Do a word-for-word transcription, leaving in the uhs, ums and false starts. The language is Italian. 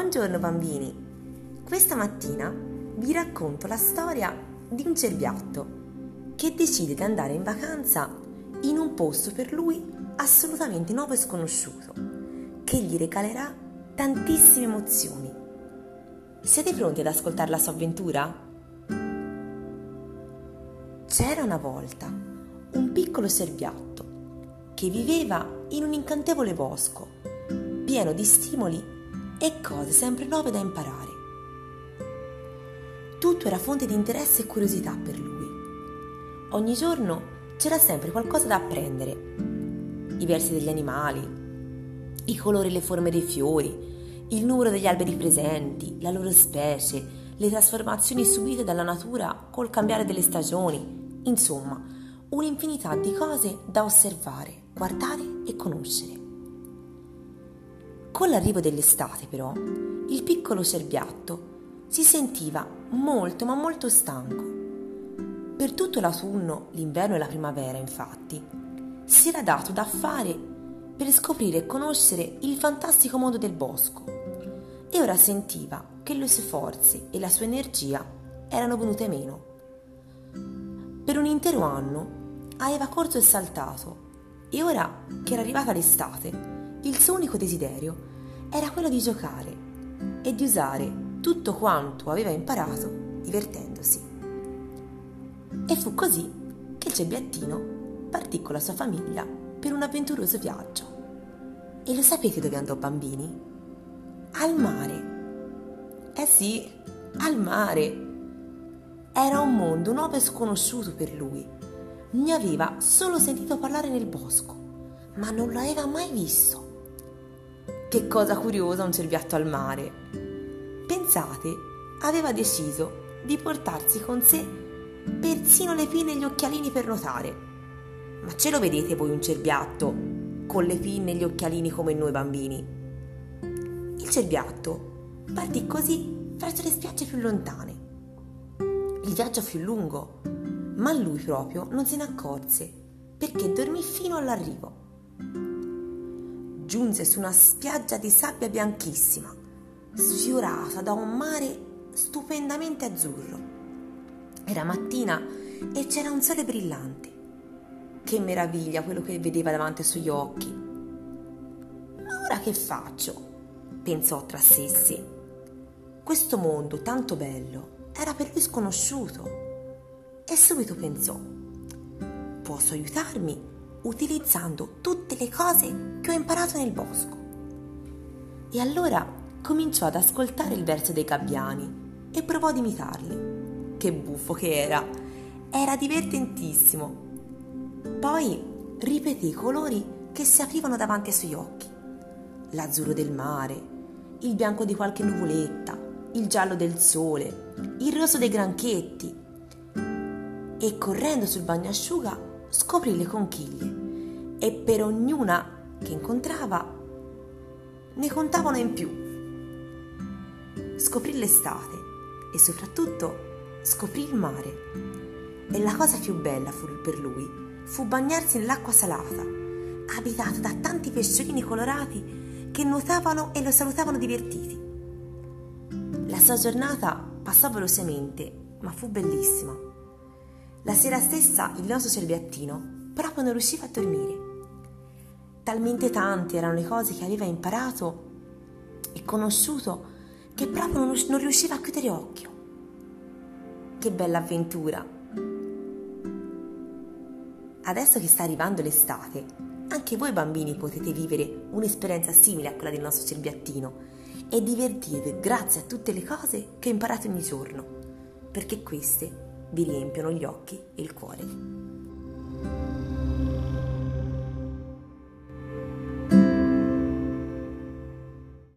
Buongiorno bambini! Questa mattina vi racconto la storia di un cerbiatto che decide di andare in vacanza in un posto per lui assolutamente nuovo e sconosciuto, che gli regalerà tantissime emozioni. Siete pronti ad ascoltare la sua avventura? C'era una volta un piccolo cerbiatto che viveva in un incantevole bosco, pieno di stimoli e cose sempre nuove da imparare. Tutto era fonte di interesse e curiosità per lui. Ogni giorno c'era sempre qualcosa da apprendere. I versi degli animali, i colori e le forme dei fiori, il numero degli alberi presenti, la loro specie, le trasformazioni subite dalla natura col cambiare delle stagioni, insomma, un'infinità di cose da osservare, guardare e conoscere. Con l'arrivo dell'estate, però, il piccolo cerbiatto si sentiva molto ma molto stanco. Per tutto l'autunno, l'inverno e la primavera, infatti, si era dato da fare per scoprire e conoscere il fantastico mondo del bosco e ora sentiva che le sue forze e la sua energia erano venute meno. Per un intero anno aveva corso e saltato e ora che era arrivata l'estate, il suo unico desiderio era quello di giocare e di usare tutto quanto aveva imparato divertendosi. E fu così che il cerbiattino partì con la sua famiglia per un avventuroso viaggio. E lo sapete dove andò, bambini? Al mare. Eh sì, al mare. Era un mondo nuovo e sconosciuto per lui. Ne aveva solo sentito parlare nel bosco, ma non l'aveva mai visto. Che cosa curiosa un cerbiatto al mare! Pensate, aveva deciso di portarsi con sé persino le pinne e gli occhialini per nuotare. Ma ce lo vedete voi un cerbiatto con le pinne e gli occhialini come noi bambini? Il cerbiatto partì così verso le spiagge più lontane. Il viaggio fu lungo, ma lui proprio non se ne accorse perché dormì fino all'arrivo. Giunse su una spiaggia di sabbia bianchissima, sfiorata da un mare stupendamente azzurro. Era mattina e c'era un sole brillante. Che meraviglia quello che vedeva davanti ai suoi occhi. Ma ora che faccio? Pensò tra sé e sé. Questo mondo tanto bello era per lui sconosciuto e subito pensò: posso aiutarmi utilizzando tutte le cose che ho imparato nel bosco. E allora cominciò ad ascoltare il verso dei gabbiani e provò ad imitarli. Che buffo che era! Era divertentissimo. Poi ripeté i colori che si aprivano davanti ai suoi occhi: l'azzurro del mare, il bianco di qualche nuvoletta, il giallo del sole, il rosso dei granchetti. E correndo sul bagnasciuga scoprì le conchiglie e per ognuna che incontrava ne contavano in più. Scoprì l'estate e soprattutto scoprì il mare. E la cosa più bella fu per lui fu bagnarsi nell'acqua salata, abitata da tanti pesciolini colorati che nuotavano e lo salutavano divertiti. La sua giornata passò velocemente, ma fu bellissima. La sera stessa il nostro cerbiattino proprio non riusciva a dormire. Talmente tante erano le cose che aveva imparato e conosciuto che proprio non, non riusciva a chiudere occhio. Che bella avventura! Adesso che sta arrivando l'estate, anche voi bambini potete vivere un'esperienza simile a quella del nostro cerbiattino e divertirvi grazie a tutte le cose che imparate ogni giorno, perché queste vi riempiono gli occhi e il cuore.